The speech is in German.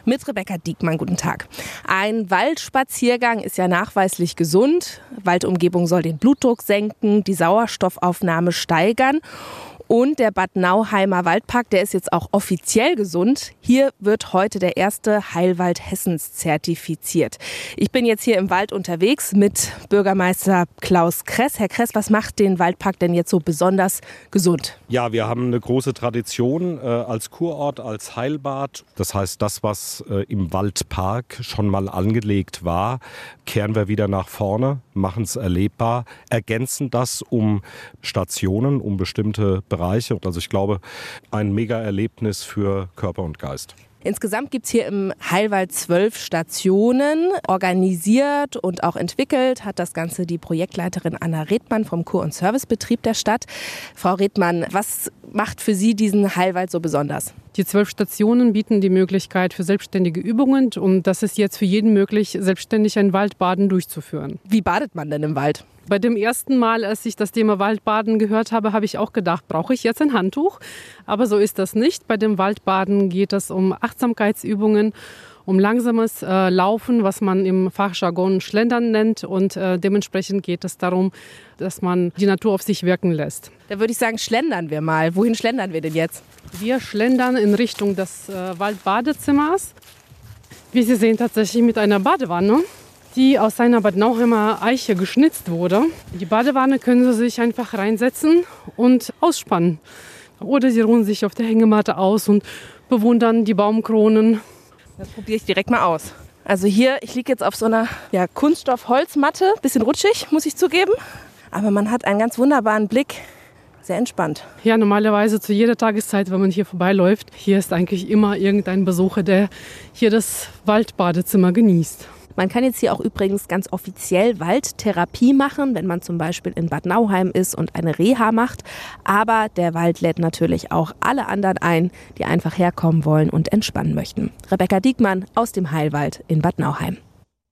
Mit Rebecca Diekmann, guten Tag. Ein Waldspaziergang ist ja nachweislich gesund. Waldumgebung soll den Blutdruck senken, die Sauerstoffaufnahme steigern. Und der Bad Nauheimer Waldpark, der ist jetzt auch offiziell gesund. Hier wird heute der erste Heilwald Hessens zertifiziert. Ich bin jetzt hier im Wald unterwegs mit Bürgermeister Klaus Kress. Herr Kress, was macht den Waldpark denn jetzt so besonders gesund? Ja, wir haben eine große Tradition als Kurort, als Heilbad. Das heißt, das, was im Waldpark schon mal angelegt war, kehren wir wieder nach vorne, machen es erlebbar, ergänzen das um Stationen, um bestimmte Bereiche. Also ich glaube, ein Mega-Erlebnis für Körper und Geist. Insgesamt gibt es hier im Heilwald 12 Stationen. Organisiert und auch entwickelt hat das Ganze die Projektleiterin Anna Redmann vom Kur- und Servicebetrieb der Stadt. Frau Redmann, was macht für Sie diesen Heilwald so besonders? Die 12 Stationen bieten die Möglichkeit für selbstständige Übungen und das ist jetzt für jeden möglich, selbstständig ein Waldbaden durchzuführen. Wie badet man denn im Wald? Bei dem ersten Mal, als ich das Thema Waldbaden gehört habe, habe ich auch gedacht, brauche ich jetzt ein Handtuch? Aber so ist das nicht. Bei dem Waldbaden geht es um Achtsamkeitsübungen, um langsames Laufen, was man im Fachjargon Schlendern nennt. Und dementsprechend geht es darum, dass man die Natur auf sich wirken lässt. Da würde ich sagen, schlendern wir mal. Wohin schlendern wir denn jetzt? Wir schlendern in Richtung des Waldbadezimmers. Wie Sie sehen, tatsächlich mit einer Badewanne, die aus einer Bad Nauheimer Eiche geschnitzt wurde. Die Badewanne können Sie sich einfach reinsetzen und ausspannen. Oder Sie ruhen sich auf der Hängematte aus und bewundern die Baumkronen. Das probiere ich direkt mal aus. Also hier, ich liege jetzt auf so einer Kunststoff-Holzmatte. Bisschen rutschig, muss ich zugeben. Aber man hat einen ganz wunderbaren Blick. Sehr entspannt. Ja, normalerweise zu jeder Tageszeit, wenn man hier vorbeiläuft, hier ist eigentlich immer irgendein Besucher, der hier das Waldbadezimmer genießt. Man kann jetzt hier auch übrigens ganz offiziell Waldtherapie machen, wenn man zum Beispiel in Bad Nauheim ist und eine Reha macht. Aber der Wald lädt natürlich auch alle anderen ein, die einfach herkommen wollen und entspannen möchten. Rebecca Diekmann aus dem Heilwald in Bad Nauheim.